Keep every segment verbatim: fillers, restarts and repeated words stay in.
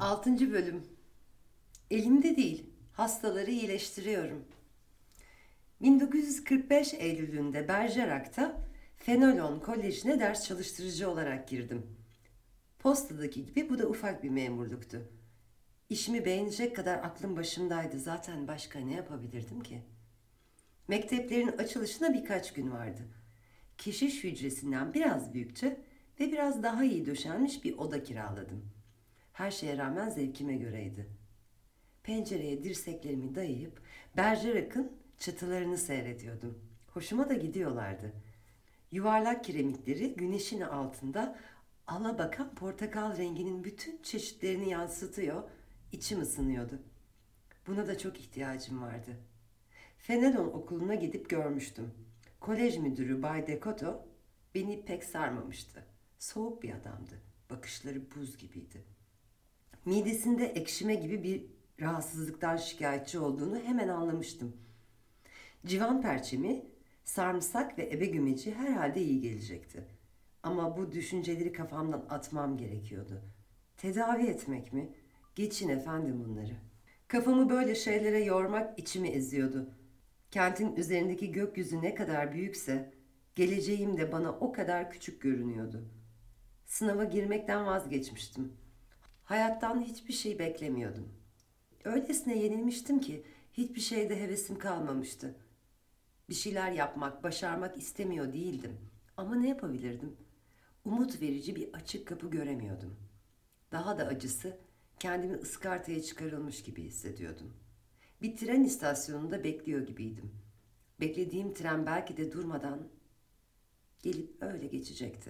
Altıncı bölüm. Elimde değil, hastaları iyileştiriyorum. bin dokuz yüz kırk beş Eylül'ünde Bergerak'ta Fenelon Koleji'ne ders çalıştırıcı olarak girdim. Postadaki gibi bu da ufak bir memurluktu. İşimi beğenecek kadar aklım başımdaydı. Zaten başka ne yapabilirdim ki? Mekteplerin açılışına birkaç gün vardı. Keşiş hücresinden biraz büyükçe ve biraz daha iyi döşenmiş bir oda kiraladım. Her şeye rağmen zevkime göreydi. Pencereye dirseklerimi dayayıp Bergerak'ın çatılarını seyrediyordum. Hoşuma da gidiyorlardı. Yuvarlak kiremitleri güneşin altında alabakan portakal renginin bütün çeşitlerini yansıtıyor, içim ısınıyordu. Buna da çok ihtiyacım vardı. Fenelon okuluna gidip görmüştüm. Kolej müdürü Bay Dekoto beni pek sarmamıştı. Soğuk bir adamdı. Bakışları buz gibiydi. Midesinde ekşime gibi bir rahatsızlıktan şikayetçi olduğunu hemen anlamıştım. Civan perçemi, sarımsak ve ebe gümeci herhalde iyi gelecekti. Ama bu düşünceleri kafamdan atmam gerekiyordu. Tedavi etmek mi? Geçin efendim bunları. Kafamı böyle şeylere yormak içimi eziyordu. Kentin üzerindeki gökyüzü ne kadar büyükse, geleceğim de bana o kadar küçük görünüyordu. Sınava girmekten vazgeçmiştim. Hayattan hiçbir şey beklemiyordum. Öylesine yenilmiştim ki hiçbir şeyde hevesim kalmamıştı. Bir şeyler yapmak, başarmak istemiyor değildim. Ama ne yapabilirdim? Umut verici bir açık kapı göremiyordum. Daha da acısı, kendimi ıskartaya çıkarılmış gibi hissediyordum. Bir tren istasyonunda bekliyor gibiydim. Beklediğim tren belki de durmadan gelip öyle geçecekti.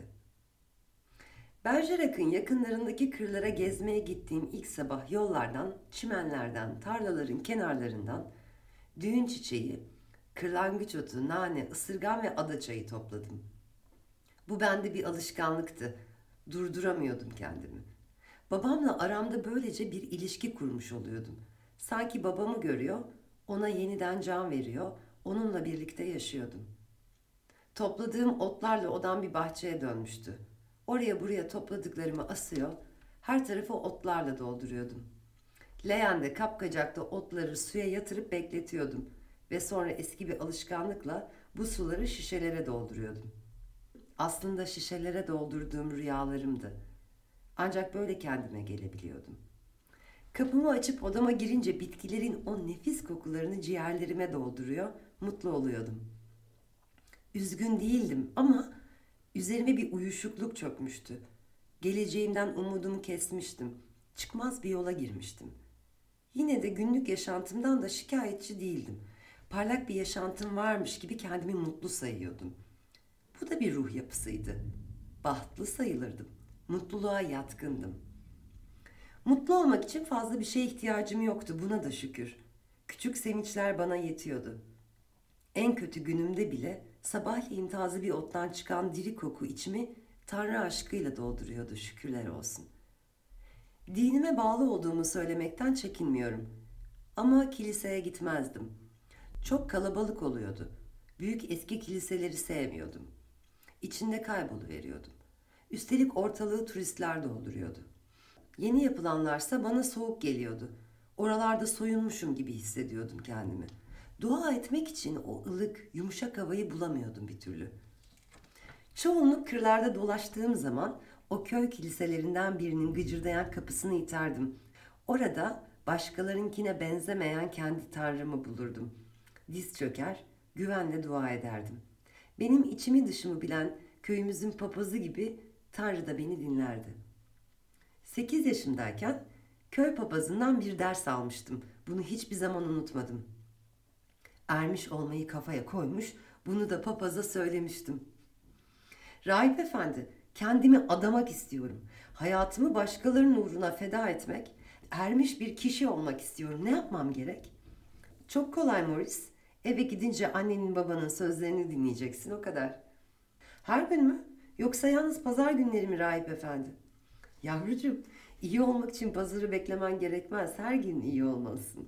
Bergerak'ın yakınlarındaki kırlara gezmeye gittiğim ilk sabah yollardan, çimenlerden, tarlaların kenarlarından düğün çiçeği, kırlangıç otu, nane, ısırgan ve adaçayı topladım. Bu bende bir alışkanlıktı. Durduramıyordum kendimi. Babamla aramda böylece bir ilişki kurmuş oluyordum. Sanki babamı görüyor, ona yeniden can veriyor, onunla birlikte yaşıyordum. Topladığım otlarla odam bir bahçeye dönmüştü. Oraya buraya topladıklarımı asıyor, her tarafı otlarla dolduruyordum. Leğende kapkacakta otları suya yatırıp bekletiyordum ve sonra eski bir alışkanlıkla bu suları şişelere dolduruyordum. Aslında şişelere doldurduğum rüyalarımdı. Ancak böyle kendime gelebiliyordum. Kapımı açıp odama girince bitkilerin o nefis kokularını ciğerlerime dolduruyor, mutlu oluyordum. Üzgün değildim ama üzerime bir uyuşukluk çökmüştü. Geleceğimden umudumu kesmiştim. Çıkmaz bir yola girmiştim. Yine de günlük yaşantımdan da şikayetçi değildim. Parlak bir yaşantım varmış gibi kendimi mutlu sayıyordum. Bu da bir ruh yapısıydı. Bahtlı sayılırdım. Mutluluğa yatkındım. Mutlu olmak için fazla bir şeye ihtiyacım yoktu, buna da şükür. Küçük sevinçler bana yetiyordu. En kötü günümde bile sabahleyin taze bir ottan çıkan diri koku içimi Tanrı aşkıyla dolduruyordu, şükürler olsun. Dinime bağlı olduğumu söylemekten çekinmiyorum. Ama kiliseye gitmezdim. Çok kalabalık oluyordu. Büyük eski kiliseleri sevmiyordum. İçinde kayboluveriyordum. Üstelik ortalığı turistler dolduruyordu. Yeni yapılanlarsa bana soğuk geliyordu. Oralarda soyunmuşum gibi hissediyordum kendimi. Dua etmek için o ılık, yumuşak havayı bulamıyordum bir türlü. Çoğunluk kırlarda dolaştığım zaman o köy kiliselerinden birinin gıcırdayan kapısını iterdim. Orada başkalarınkine benzemeyen kendi tanrımı bulurdum. Diz çöker, güvenle dua ederdim. Benim içimi dışımı bilen köyümüzün papazı gibi Tanrı da beni dinlerdi. Sekiz yaşındayken köy papazından bir ders almıştım. Bunu hiçbir zaman unutmadım. Ermiş olmayı kafaya koymuş, bunu da papaza söylemiştim. Rahip efendi, kendimi adamak istiyorum. Hayatımı başkalarının uğruna feda etmek, ermiş bir kişi olmak istiyorum. Ne yapmam gerek? Çok kolay Morris. Eve gidince annenin babanın sözlerini dinleyeceksin, o kadar. Her gün mü? Yoksa yalnız pazar günleri mi rahip efendi? Yavrucuğum, iyi olmak için pazarı beklemen gerekmez. Her gün iyi olmalısın.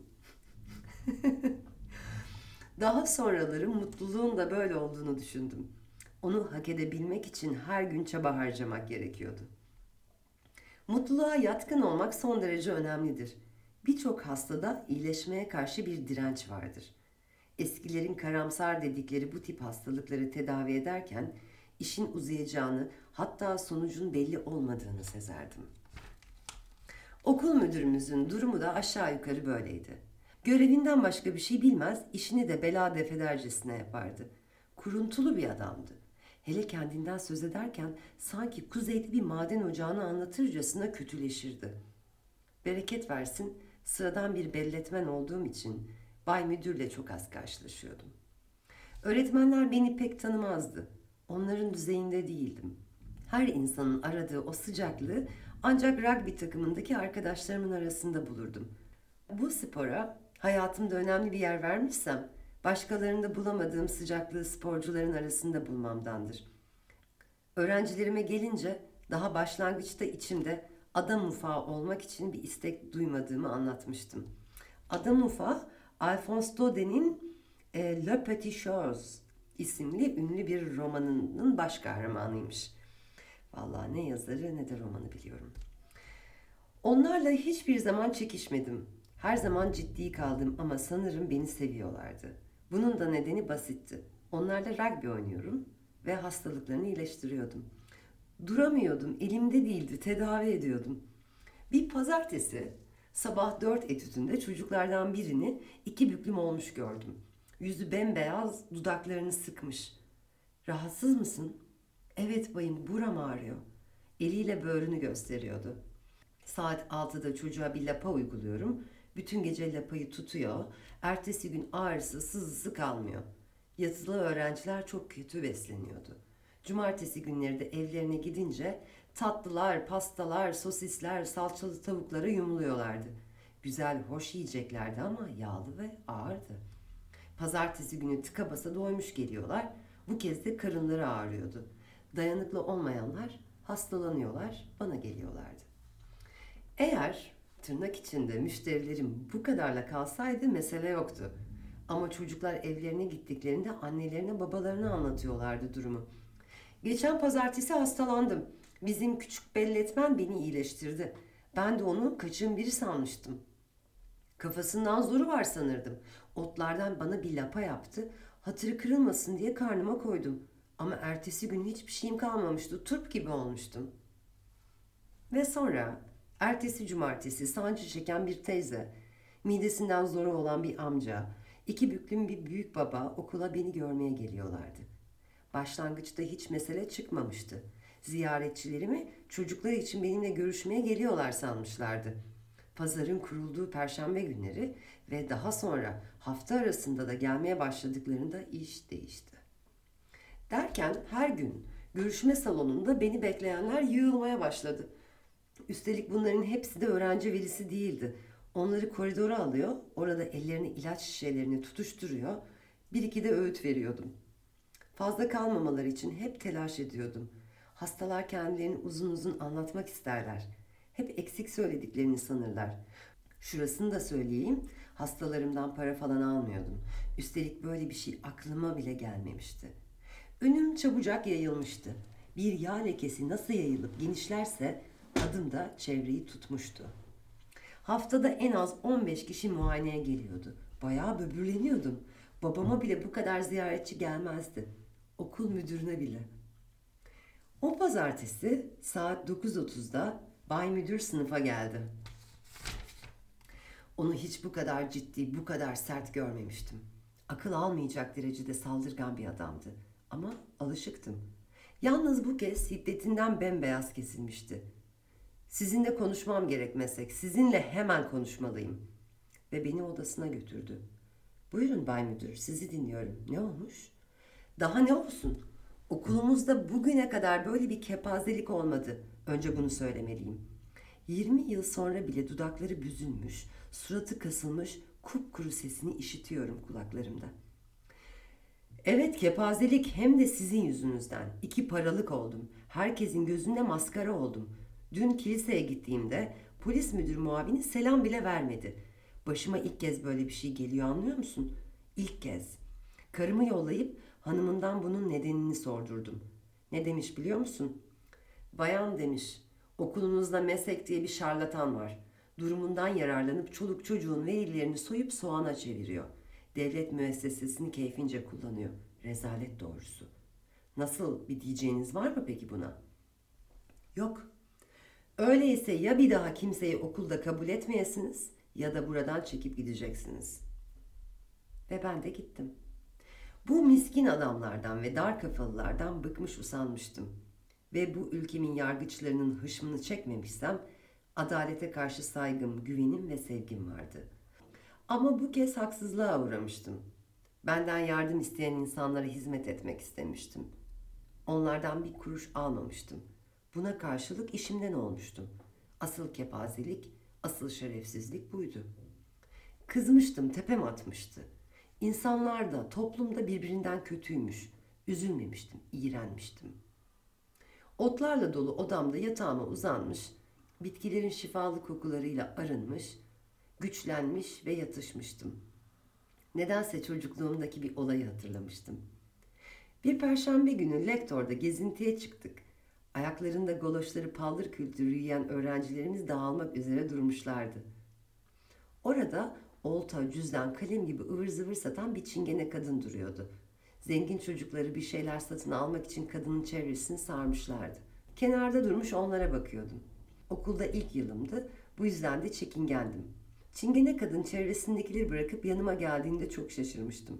Daha sonraları mutluluğun da böyle olduğunu düşündüm. Onu hak edebilmek için her gün çaba harcamak gerekiyordu. Mutluluğa yatkın olmak son derece önemlidir. Birçok hastada iyileşmeye karşı bir direnç vardır. Eskilerin karamsar dedikleri bu tip hastalıkları tedavi ederken işin uzayacağını, hatta sonucun belli olmadığını sezerdim. Okul müdürümüzün durumu da aşağı yukarı böyleydi. Görevinden başka bir şey bilmez, işini de bela defedercesine yapardı. Kuruntulu bir adamdı. Hele kendinden söz ederken sanki kuzeyde bir maden ocağını anlatırcasına kötüleşirdi. Bereket versin, sıradan bir belletmen olduğum için Bay Müdür'le çok az karşılaşıyordum. Öğretmenler beni pek tanımazdı. Onların düzeyinde değildim. Her insanın aradığı o sıcaklığı ancak rugby takımındaki arkadaşlarımın arasında bulurdum. Bu spora hayatımda önemli bir yer vermişsem, başkalarında bulamadığım sıcaklığı sporcuların arasında bulmamdandır. Öğrencilerime gelince daha başlangıçta içimde adam ufağı olmak için bir istek duymadığımı anlatmıştım. Adam ufağı Alphonse Dauden'in e, Le Petit Chose isimli ünlü bir romanının baş kahramanıymış. Vallahi ne yazarı ne de romanı biliyorum. Onlarla hiçbir zaman çekişmedim. Her zaman ciddi kaldım ama sanırım beni seviyorlardı. Bunun da nedeni basitti. Onlarla rugby oynuyorum ve hastalıklarını iyileştiriyordum. Duramıyordum, elimde değildi, tedavi ediyordum. Bir pazartesi sabah dört etütünde çocuklardan birini iki büklüm olmuş gördüm. Yüzü bembeyaz, dudaklarını sıkmış. "Rahatsız mısın?" "Evet bayım, buram ağrıyor." Eliyle böğrünü gösteriyordu. Saat altıda çocuğa bir lapa uyguluyorum. Bütün gece lapayı tutuyor. Ertesi gün ağrısı, sızısı kalmıyor. Yatılı öğrenciler çok kötü besleniyordu. Cumartesi günleri de evlerine gidince tatlılar, pastalar, sosisler, salçalı tavuklara yumuluyorlardı. Güzel, hoş yiyeceklerdi ama yağlı ve ağırdı. Pazartesi günü tıka basa doymuş geliyorlar. Bu kez de karınları ağrıyordu. Dayanıklı olmayanlar hastalanıyorlar, bana geliyorlardı. Eğer tırnak içinde müşterilerim bu kadarla kalsaydı mesele yoktu. Ama çocuklar evlerine gittiklerinde annelerine babalarına anlatıyorlardı durumu. "Geçen pazartesi hastalandım. Bizim küçük belletmen beni iyileştirdi. Ben de onu kaçın biri sanmıştım. Kafasından zoru var sanırdım. Otlardan bana bir lapa yaptı. Hatırı kırılmasın diye karnıma koydum. Ama ertesi gün hiçbir şeyim kalmamıştı. Turp gibi olmuştum." Ve sonra ertesi cumartesi sancı çeken bir teyze, midesinden zoru olan bir amca, iki büklüm bir büyük baba okula beni görmeye geliyorlardı. Başlangıçta hiç mesele çıkmamıştı. Ziyaretçilerimi çocuklar için benimle görüşmeye geliyorlar sanmışlardı. Pazarın kurulduğu perşembe günleri ve daha sonra hafta arasında da gelmeye başladıklarında iş değişti. Derken her gün görüşme salonunda beni bekleyenler yığılmaya başladı. Üstelik bunların hepsi de öğrenci velisi değildi. Onları koridora alıyor, orada ellerine ilaç şişelerini tutuşturuyor, bir iki de öğüt veriyordum. Fazla kalmamaları için hep telaş ediyordum. Hastalar kendilerini uzun uzun anlatmak isterler. Hep eksik söylediklerini sanırlar. Şurasını da söyleyeyim, hastalarımdan para falan almıyordum. Üstelik böyle bir şey aklıma bile gelmemişti. Önüm çabucak yayılmıştı. Bir yağ lekesi nasıl yayılıp genişlerse adım da çevreyi tutmuştu. Haftada en az on beş kişi muayeneye geliyordu. Bayağı böbürleniyordum. Babama bile bu kadar ziyaretçi gelmezdi. Okul müdürüne bile. O pazartesi saat dokuz otuzda Bay Müdür sınıfa geldi. Onu hiç bu kadar ciddi, bu kadar sert görmemiştim. Akıl almayacak derecede saldırgan bir adamdı. Ama alışıktım. Yalnız bu kez hiddetinden bembeyaz kesilmişti. "Sizinle konuşmam gerek meslek, sizinle hemen konuşmalıyım." Ve beni odasına götürdü. "Buyurun Bay Müdür, sizi dinliyorum. Ne olmuş?" "Daha ne olsun? Okulumuzda bugüne kadar böyle bir kepazelik olmadı. Önce bunu söylemeliyim. yirmi yıl sonra bile dudakları büzülmüş, suratı kasılmış, kupkuru sesini işitiyorum kulaklarımda. Evet, kepazelik, hem de sizin yüzünüzden. İki paralık oldum. Herkesin gözünde maskara oldum. Dün kiliseye gittiğimde polis müdür muavini selam bile vermedi. Başıma ilk kez böyle bir şey geliyor, anlıyor musun? İlk kez. Karımı yollayıp hanımından bunun nedenini sordurdum. Ne demiş biliyor musun? Bayan demiş, Okulunuzda meslek diye bir şarlatan var. Durumundan yararlanıp çoluk çocuğun verilerini soyup soğana çeviriyor. Devlet müessesesini keyfince kullanıyor. Rezalet doğrusu. Nasıl bir diyeceğiniz var mı peki buna? Yok. Öyleyse ya bir daha kimseyi okulda kabul etmeyesiniz ya da buradan çekip gideceksiniz. Ve ben de gittim. Bu miskin adamlardan ve dar kafalılardan bıkmış usanmıştım. Ve bu ülkemin yargıçlarının hışmını çekmemişsem adalete karşı saygım, güvenim ve sevgim vardı. Ama bu kez haksızlığa uğramıştım. Benden yardım isteyen insanlara hizmet etmek istemiştim. Onlardan bir kuruş almamıştım. Buna karşılık işimden olmuştum. Asıl kepazelik, asıl şerefsizlik buydu. Kızmıştım, tepem atmıştı. İnsanlar da, toplumda birbirinden kötüymüş. Üzülmemiştim, iğrenmiştim. Otlarla dolu odamda yatağıma uzanmış, bitkilerin şifalı kokularıyla arınmış, güçlenmiş ve yatışmıştım. Nedense çocukluğumdaki bir olayı hatırlamıştım. Bir perşembe günü Lektor'da gezintiye çıktık. Ayaklarında goloşları paldır küldür yürüyen öğrencilerimiz dağılmak üzere durmuşlardı. Orada olta, cüzdan, kalem gibi ıvır zıvır satan bir çingene kadın duruyordu. Zengin çocukları bir şeyler satın almak için kadının çevresini sarmışlardı. Kenarda durmuş onlara bakıyordum. Okulda ilk yılımdı, bu yüzden de çekingendim. Çingene kadın çevresindekileri bırakıp yanıma geldiğinde çok şaşırmıştım.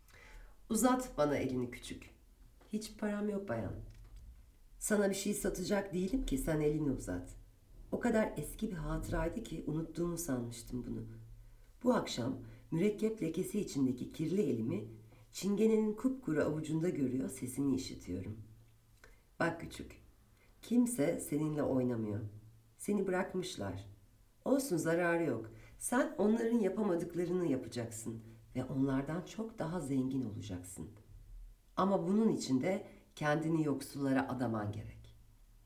"Uzat bana elini küçük." "Hiç param yok bayan." "Sana bir şey satacak değilim ki sen elini uzat." O kadar eski bir hatıraydı ki unuttuğumu sanmıştım bunu. Bu akşam mürekkep lekesi içindeki kirli elimi çingenenin kupkuru avucunda görüyor, sesini işitiyorum. "Bak küçük, kimse seninle oynamıyor. Seni bırakmışlar. Olsun, zararı yok. Sen onların yapamadıklarını yapacaksın ve onlardan çok daha zengin olacaksın. Ama bunun için de kendini yoksullara adaman gerek."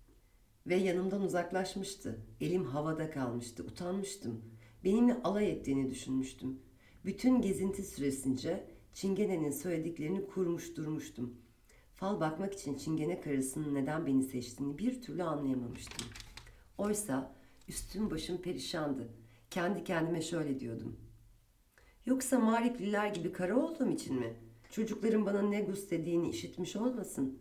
Ve yanımdan uzaklaşmıştı. Elim havada kalmıştı. Utanmıştım. Benimle alay ettiğini düşünmüştüm. Bütün gezinti süresince Çingene'nin söylediklerini kurmuş durmuştum. Fal bakmak için Çingene karısının neden beni seçtiğini bir türlü anlayamamıştım. Oysa üstüm başım perişandı. Kendi kendime şöyle diyordum: "Yoksa Mağripliler gibi kara olduğum için mi? Çocukların bana Negus dediğini işitmiş olmasın?"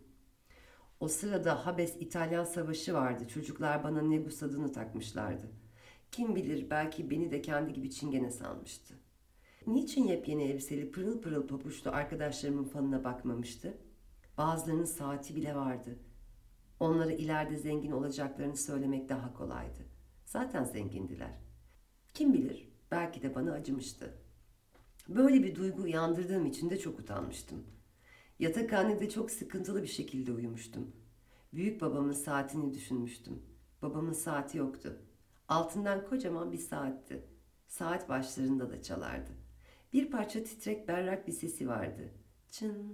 O sırada Habes İtalyan Savaşı vardı. Çocuklar bana Negus adını takmışlardı. Kim bilir, belki beni de kendi gibi çingene sanmıştı. Niçin yepyeni elbiseli pırıl pırıl papuçlu arkadaşlarımın falına bakmamıştı? Bazılarının saati bile vardı. Onlara ileride zengin olacaklarını söylemek daha kolaydı. Zaten zengindiler. Kim bilir, belki de bana acımıştı. Böyle bir duygu uyandırdığım için de çok utanmıştım. Yatakhanede çok sıkıntılı bir şekilde uyumuştum. Büyük babamın saatini düşünmüştüm. Babamın saati yoktu. Altından kocaman bir saatti. Saat başlarında da çalardı. Bir parça titrek berrak bir sesi vardı. Çın,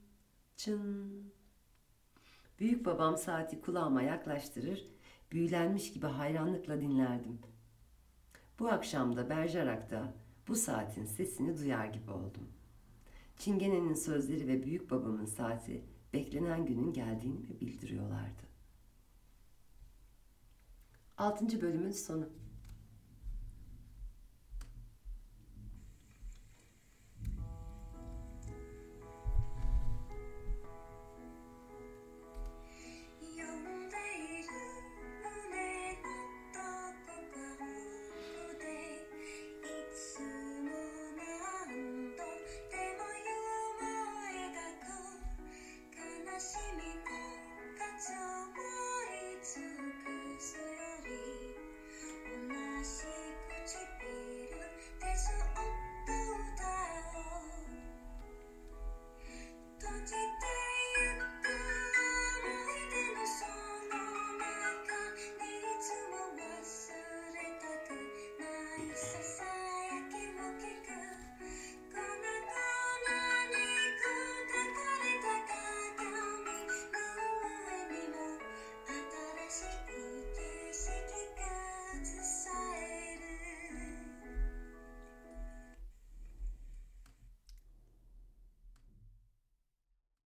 çın. Büyük babam saati kulağıma yaklaştırır, büyülenmiş gibi hayranlıkla dinlerdim. Bu akşam da Bergerak'ta bu saatin sesini duyar gibi oldum. Çingene'nin sözleri ve büyük babamın saati beklenen günün geldiğini mi bildiriyorlardı? Altıncı bölümün sonu.